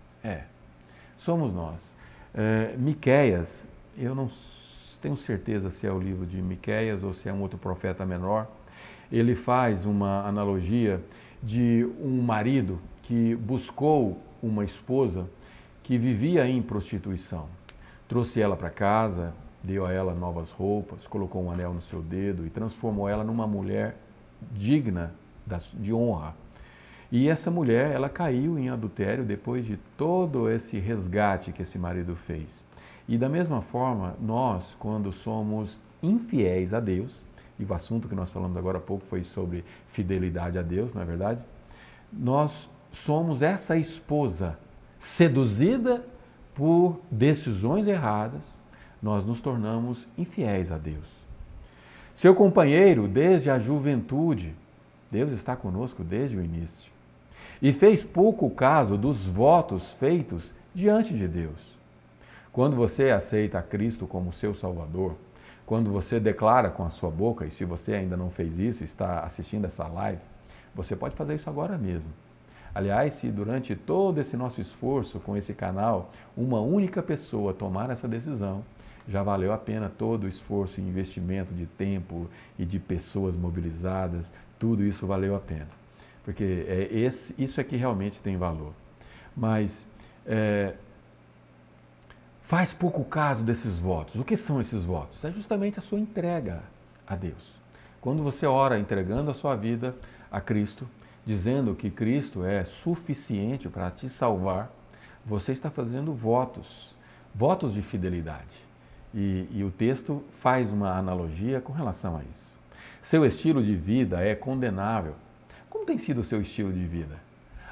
Speaker 1: Somos nós. Miqueias, eu não tenho certeza se é o livro de Miqueias ou se é um outro profeta menor, ele faz uma analogia de um marido que buscou uma esposa que vivia em prostituição. Trouxe ela para casa, deu a ela novas roupas, colocou um anel no seu dedo e transformou ela numa mulher digna de honra. E essa mulher, ela caiu em adultério depois de todo esse resgate que esse marido fez. E da mesma forma, nós, quando somos infiéis a Deus, e o assunto que nós falamos agora há pouco foi sobre fidelidade a Deus, não é verdade? Nós somos essa esposa seduzida por decisões erradas, nós nos tornamos infiéis a Deus. Seu companheiro, desde a juventude, Deus está conosco desde o início, e fez pouco caso dos votos feitos diante de Deus. Quando você aceita a Cristo como seu Salvador, quando você declara com a sua boca, e se você ainda não fez isso, está assistindo essa live, você pode fazer isso agora mesmo. Aliás, se durante todo esse nosso esforço com esse canal, uma única pessoa tomar essa decisão, já valeu a pena todo o esforço e investimento de tempo e de pessoas mobilizadas, tudo isso valeu a pena. Porque isso é que realmente tem valor. Mas faz pouco caso desses votos. O que são esses votos? É justamente a sua entrega a Deus. Quando você ora entregando a sua vida a Cristo, dizendo que Cristo é suficiente para te salvar, você está fazendo votos de fidelidade. E o texto faz uma analogia com relação a isso. Seu estilo de vida é condenável. Como tem sido o seu estilo de vida?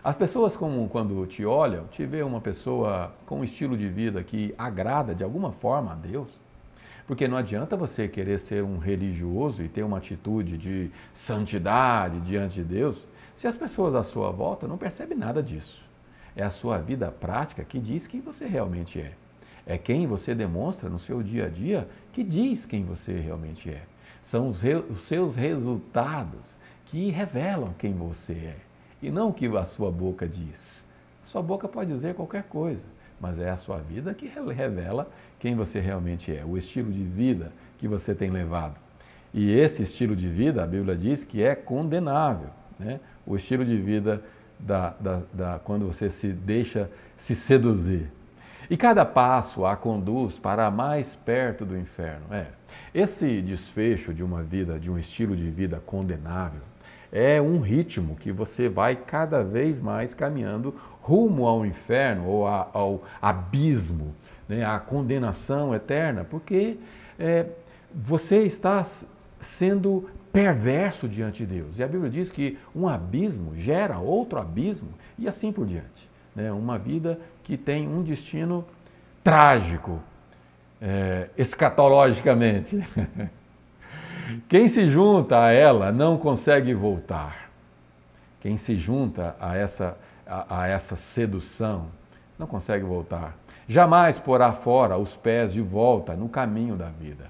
Speaker 1: As pessoas, como quando te olham, te vê uma pessoa com um estilo de vida que agrada de alguma forma a Deus. Porque não adianta você querer ser um religioso e ter uma atitude de santidade diante de Deus, se as pessoas à sua volta não percebem nada disso. É a sua vida prática que diz quem você realmente é. É quem você demonstra no seu dia a dia que diz quem você realmente é. São os seus resultados que revelam quem você é. E não o que a sua boca diz. A sua boca pode dizer qualquer coisa, mas é a sua vida que revela quem você realmente é, o estilo de vida que você tem levado. E esse estilo de vida, a Bíblia diz que é condenável, né? O estilo de vida quando você se deixa se seduzir. E cada passo a conduz para mais perto do inferno. Esse desfecho de uma vida, de um estilo de vida condenável, é um ritmo que você vai cada vez mais caminhando rumo ao inferno ou ao abismo, né, à condenação eterna, porque você está sendo perverso diante de Deus. E a Bíblia diz que um abismo gera outro abismo e assim por diante. Né? Uma vida que tem um destino trágico, escatologicamente. Quem se junta a ela não consegue voltar. Quem se junta a essa sedução não consegue voltar. Jamais porá fora os pés de volta no caminho da vida.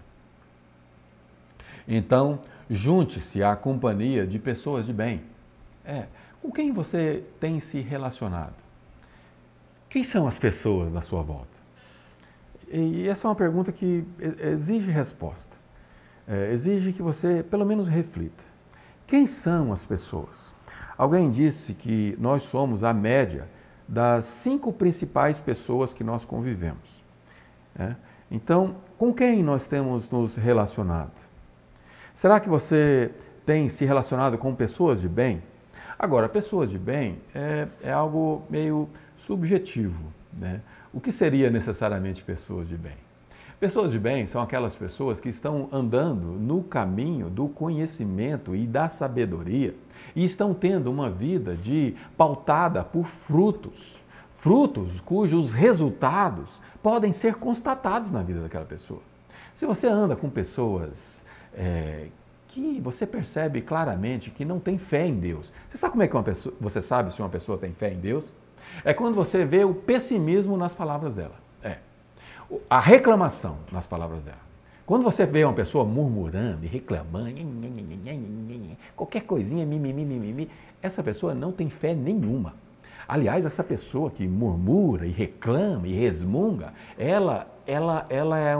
Speaker 1: Então, junte-se à companhia de pessoas de bem. Com quem você tem se relacionado? Quem são as pessoas da sua volta? E essa é uma pergunta que exige resposta. Exige que você, pelo menos, reflita. Quem são as pessoas? Alguém disse que nós somos a média das 5 principais pessoas que nós convivemos. Então, com quem nós temos nos relacionado? Será que você tem se relacionado com pessoas de bem? Agora, pessoas de bem é algo meio subjetivo, né? O que seria necessariamente pessoas de bem? Pessoas de bem são aquelas pessoas que estão andando no caminho do conhecimento e da sabedoria e estão tendo uma vida pautada por frutos cujos resultados podem ser constatados na vida daquela pessoa. Se você anda com pessoas que você percebe claramente que não tem fé em Deus, você sabe como é que você sabe se uma pessoa tem fé em Deus? É quando você vê o pessimismo nas palavras dela. A reclamação nas palavras dela. Quando você vê uma pessoa murmurando e reclamando, qualquer coisinha, mimimi, essa pessoa não tem fé nenhuma. Aliás, essa pessoa que murmura e reclama e resmunga, ela é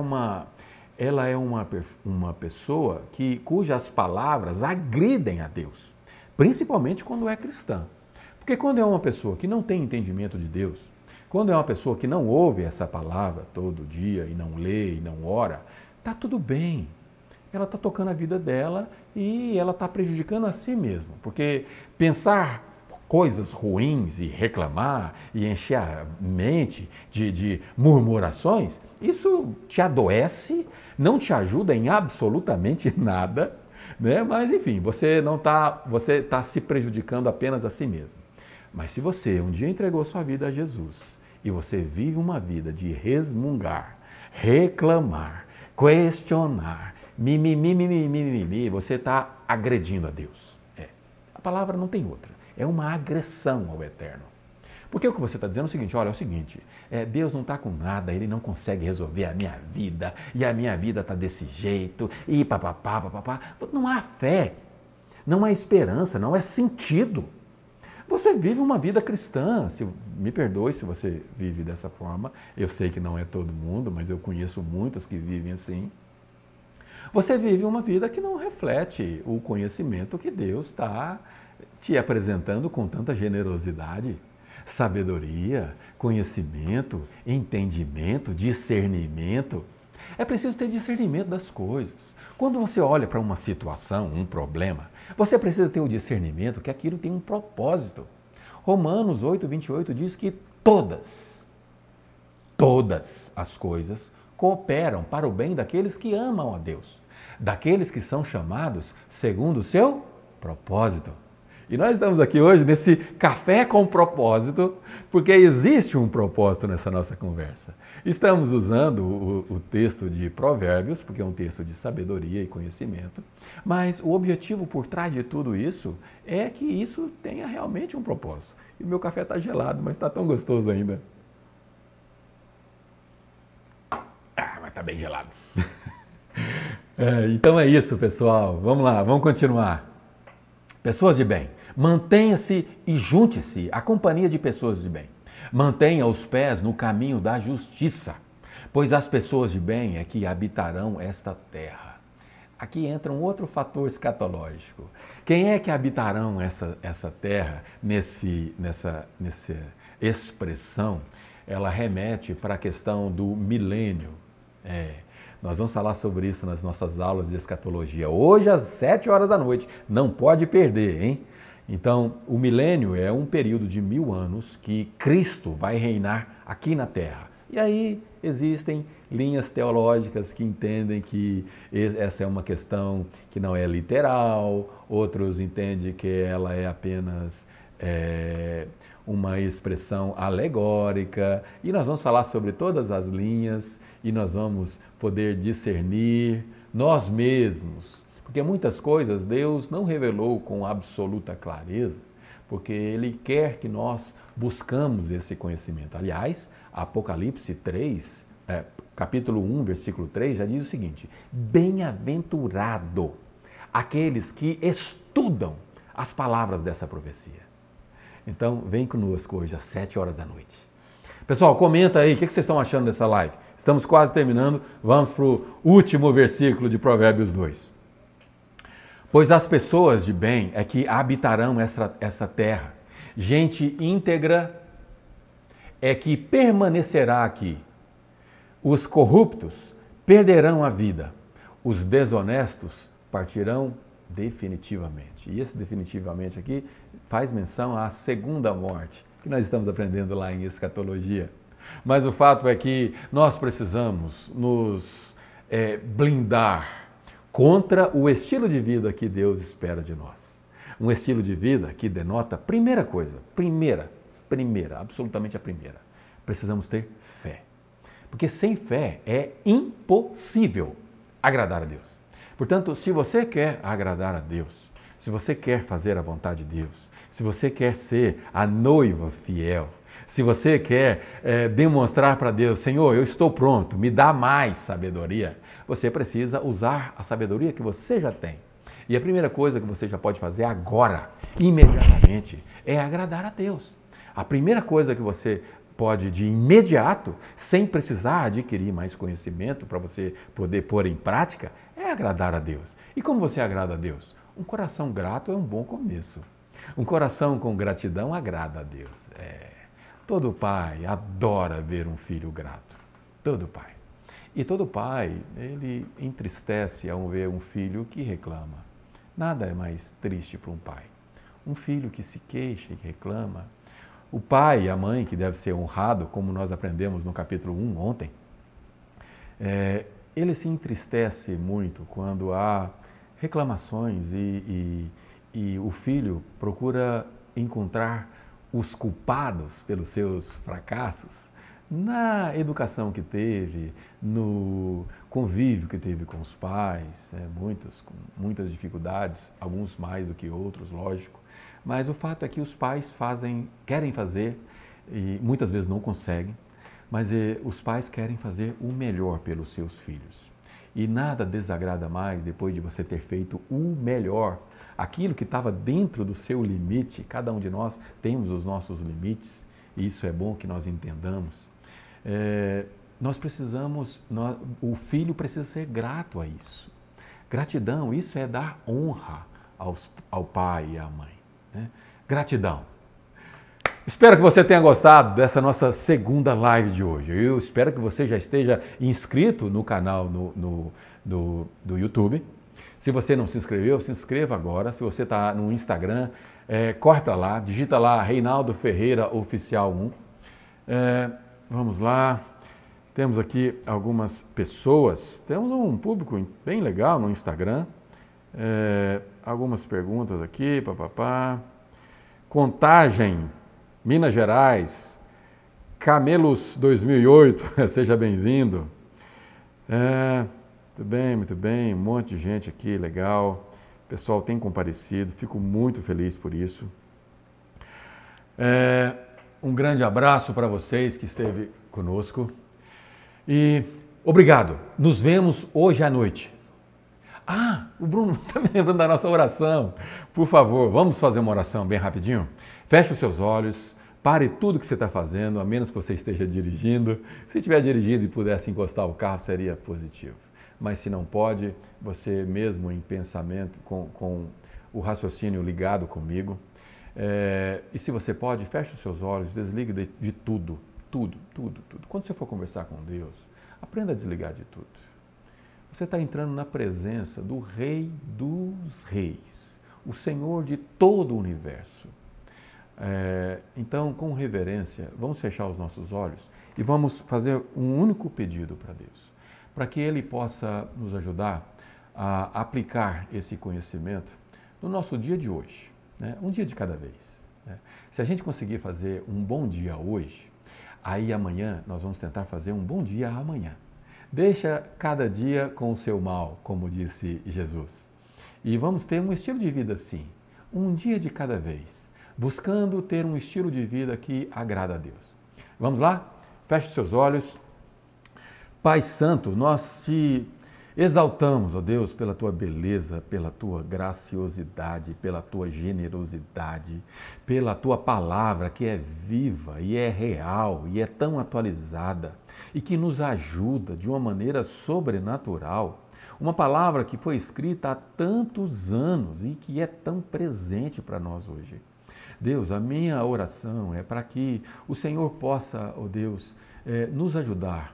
Speaker 1: uma pessoa cujas palavras agridem a Deus, principalmente quando é cristã. Porque quando é uma pessoa que não tem entendimento de Deus, quando é uma pessoa que não ouve essa palavra todo dia e não lê e não ora, está tudo bem. Ela está tocando a vida dela e ela está prejudicando a si mesma. Porque pensar coisas ruins e reclamar e encher a mente de murmurações, isso te adoece, não te ajuda em absolutamente nada, né? Mas enfim, você está se prejudicando apenas a si mesmo. Mas se você um dia entregou sua vida a Jesus e você vive uma vida de resmungar, reclamar, questionar, mimimi, você está agredindo a Deus. A palavra não tem outra. É uma agressão ao Eterno. Porque o que você está dizendo é o seguinte, olha, é o seguinte, Deus não está com nada, Ele não consegue resolver a minha vida, e a minha vida está desse jeito, e papapá. Não há fé, não há esperança, não há sentido. Você vive uma vida cristã, me perdoe se você vive dessa forma, eu sei que não é todo mundo, mas eu conheço muitos que vivem assim. Você vive uma vida que não reflete o conhecimento que Deus está te apresentando com tanta generosidade, sabedoria, conhecimento, entendimento, discernimento. É preciso ter discernimento das coisas. Quando você olha para uma situação, um problema, você precisa ter o discernimento que aquilo tem um propósito. Romanos 8:28 diz que todas as coisas cooperam para o bem daqueles que amam a Deus, daqueles que são chamados segundo o seu propósito. E nós estamos aqui hoje nesse café com propósito, porque existe um propósito nessa nossa conversa. Estamos usando o texto de Provérbios, porque é um texto de sabedoria e conhecimento, mas o objetivo por trás de tudo isso é que isso tenha realmente um propósito. E o meu café está gelado, mas está tão gostoso ainda. Mas está bem gelado. Então é isso, pessoal. Vamos lá, vamos continuar. Pessoas de bem, mantenha-se e junte-se à companhia de pessoas de bem. Mantenha os pés no caminho da justiça, pois as pessoas de bem é que habitarão esta terra. Aqui entra um outro fator escatológico. Quem é que habitarão essa terra nessa expressão? Ela remete para a questão do milênio. Nós vamos falar sobre isso nas nossas aulas de escatologia. Hoje às 7 horas da noite. Não pode perder, hein? Então, o milênio é um período de 1000 anos que Cristo vai reinar aqui na Terra. E aí existem linhas teológicas que entendem que essa é uma questão que não é literal, outros entendem que ela é apenas uma expressão alegórica. E nós vamos falar sobre todas as linhas e nós vamos poder discernir nós mesmos. Porque muitas coisas Deus não revelou com absoluta clareza, porque Ele quer que nós buscamos esse conhecimento. Aliás, Apocalipse 3, capítulo 1, versículo 3, já diz o seguinte: bem-aventurado aqueles que estudam as palavras dessa profecia. Então, vem conosco hoje às 7 horas da noite. Pessoal, comenta aí, o que vocês estão achando dessa live? Estamos quase terminando, vamos para o último versículo de Provérbios 2. Pois as pessoas de bem é que habitarão essa terra. Gente íntegra é que permanecerá aqui. Os corruptos perderão a vida. Os desonestos partirão definitivamente. E esse definitivamente aqui faz menção à segunda morte, que nós estamos aprendendo lá em escatologia. Mas o fato é que nós precisamos nos blindar contra o estilo de vida que Deus espera de nós. Um estilo de vida que denota, primeira coisa, absolutamente a primeira, precisamos ter fé. Porque sem fé é impossível agradar a Deus. Portanto, se você quer agradar a Deus, se você quer fazer a vontade de Deus, se você quer ser a noiva fiel, se você quer demonstrar para Deus, Senhor, eu estou pronto, me dá mais sabedoria, você precisa usar a sabedoria que você já tem. E a primeira coisa que você já pode fazer agora, imediatamente, é agradar a Deus. A primeira coisa que você pode de imediato, sem precisar adquirir mais conhecimento para você poder pôr em prática, é agradar a Deus. E como você agrada a Deus? Um coração grato é um bom começo. Um coração com gratidão agrada a Deus. Todo pai adora ver um filho grato. Todo pai. E todo pai, ele entristece ao ver um filho que reclama. Nada é mais triste para um pai. Um filho que se queixa e que reclama. O pai e a mãe, que deve ser honrado, como nós aprendemos no capítulo 1 ontem, ele se entristece muito quando há reclamações e o filho procura encontrar os culpados pelos seus fracassos na educação que teve, no convívio que teve com os pais, muitos com muitas dificuldades, alguns mais do que outros, lógico. Mas o fato é que os pais querem fazer e muitas vezes não conseguem, mas os pais querem fazer o melhor pelos seus filhos. E nada desagrada mais depois de você ter feito o melhor, aquilo que estava dentro do seu limite. Cada um de nós temos os nossos limites e isso é bom que nós entendamos. O filho precisa ser grato a isso. Gratidão, isso é dar honra ao pai e à mãe. Gratidão. Espero que você tenha gostado dessa nossa segunda live de hoje. Eu espero que você já esteja inscrito no canal do YouTube. Se você não se inscreveu, se inscreva agora. Se você está no Instagram, corre para lá, digita lá Reinaldo Ferreira Oficial 1. Vamos lá. Temos aqui algumas pessoas. Temos um público bem legal no Instagram. Algumas perguntas aqui, papapá. Contagem, Minas Gerais, Camelos 2008, seja bem-vindo. Muito bem, um monte de gente aqui, legal. O pessoal tem comparecido, fico muito feliz por isso. Um grande abraço para vocês que esteve conosco e obrigado. Nos vemos hoje à noite. O Bruno está me lembrando da nossa oração. Por favor, vamos fazer uma oração bem rapidinho? Feche os seus olhos, pare tudo que você está fazendo, a menos que você esteja dirigindo. Se estiver dirigindo e pudesse encostar o carro, seria positivo. Mas se não pode, você mesmo em pensamento, com o raciocínio ligado comigo. E se você pode, feche os seus olhos, desligue de tudo. Quando você for conversar com Deus, aprenda a desligar de tudo. Você está entrando na presença do Rei dos Reis, o Senhor de todo o universo. Então, com reverência, vamos fechar os nossos olhos e vamos fazer um único pedido para Deus, para que Ele possa nos ajudar a aplicar esse conhecimento no nosso dia de hoje, né? Um dia de cada vez. Né? Se a gente conseguir fazer um bom dia hoje, aí amanhã nós vamos tentar fazer um bom dia amanhã. Deixa cada dia com o seu mal, como disse Jesus. E vamos ter um estilo de vida assim, um dia de cada vez, buscando ter um estilo de vida que agrada a Deus. Vamos lá? Feche seus olhos. Pai Santo, nós te exaltamos, ó Deus, pela tua beleza, pela tua graciosidade, pela tua generosidade, pela tua palavra que é viva e é real e é tão atualizada e que nos ajuda de uma maneira sobrenatural. Uma palavra que foi escrita há tantos anos e que é tão presente para nós hoje. Deus, a minha oração é para que o Senhor possa, ó Deus, nos ajudar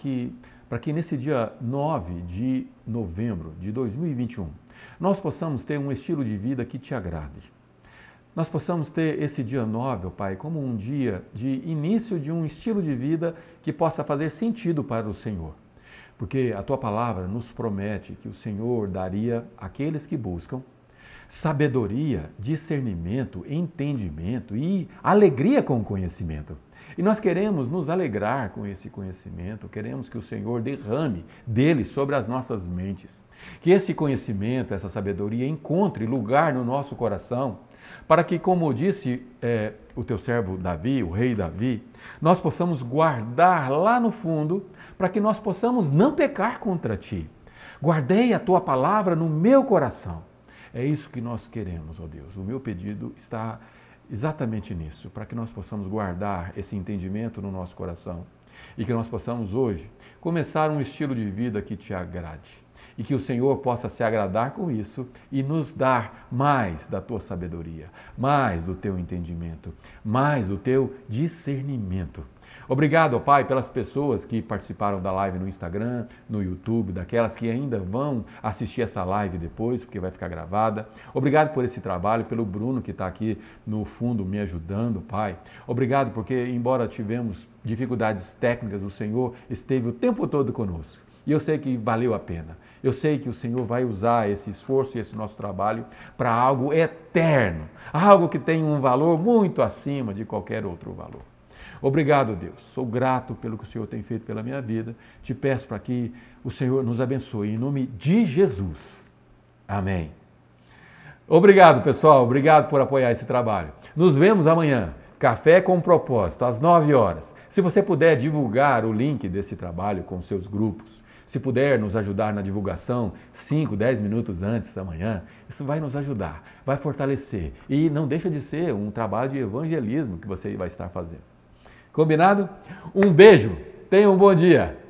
Speaker 1: para que nesse dia 9 de novembro de 2021, nós possamos ter um estilo de vida que te agrade. Nós possamos ter esse dia 9, ó Pai, como um dia de início de um estilo de vida que possa fazer sentido para o Senhor. Porque a Tua palavra nos promete que o Senhor daria àqueles que buscam sabedoria, discernimento, entendimento e alegria com o conhecimento. E nós queremos nos alegrar com esse conhecimento, queremos que o Senhor derrame dele sobre as nossas mentes. Que esse conhecimento, essa sabedoria encontre lugar no nosso coração, para que, como disse o teu servo Davi, o rei Davi, nós possamos guardar lá no fundo, para que nós possamos não pecar contra ti. Guardei a tua palavra no meu coração. É isso que nós queremos, ó Deus. O meu pedido está exatamente nisso, para que nós possamos guardar esse entendimento no nosso coração e que nós possamos hoje começar um estilo de vida que te agrade e que o Senhor possa se agradar com isso e nos dar mais da tua sabedoria, mais do teu entendimento, mais do teu discernimento. Obrigado, ó Pai, pelas pessoas que participaram da live no Instagram, no YouTube, daquelas que ainda vão assistir essa live depois, porque vai ficar gravada. Obrigado por esse trabalho, pelo Bruno que está aqui no fundo me ajudando, Pai. Obrigado porque, embora tivemos dificuldades técnicas, o Senhor esteve o tempo todo conosco. E eu sei que valeu a pena. Eu sei que o Senhor vai usar esse esforço e esse nosso trabalho para algo eterno, algo que tem um valor muito acima de qualquer outro valor. Obrigado, Deus. Sou grato pelo que o Senhor tem feito pela minha vida. Te peço para que o Senhor nos abençoe em nome de Jesus. Amém. Obrigado, pessoal. Obrigado por apoiar esse trabalho. Nos vemos amanhã. Café com Propósito, às 9 horas. Se você puder divulgar o link desse trabalho com seus grupos, se puder nos ajudar na divulgação 5, 10 minutos antes amanhã, isso vai nos ajudar, vai fortalecer. E não deixa de ser um trabalho de evangelismo que você vai estar fazendo. Combinado? Um beijo, tenha um bom dia.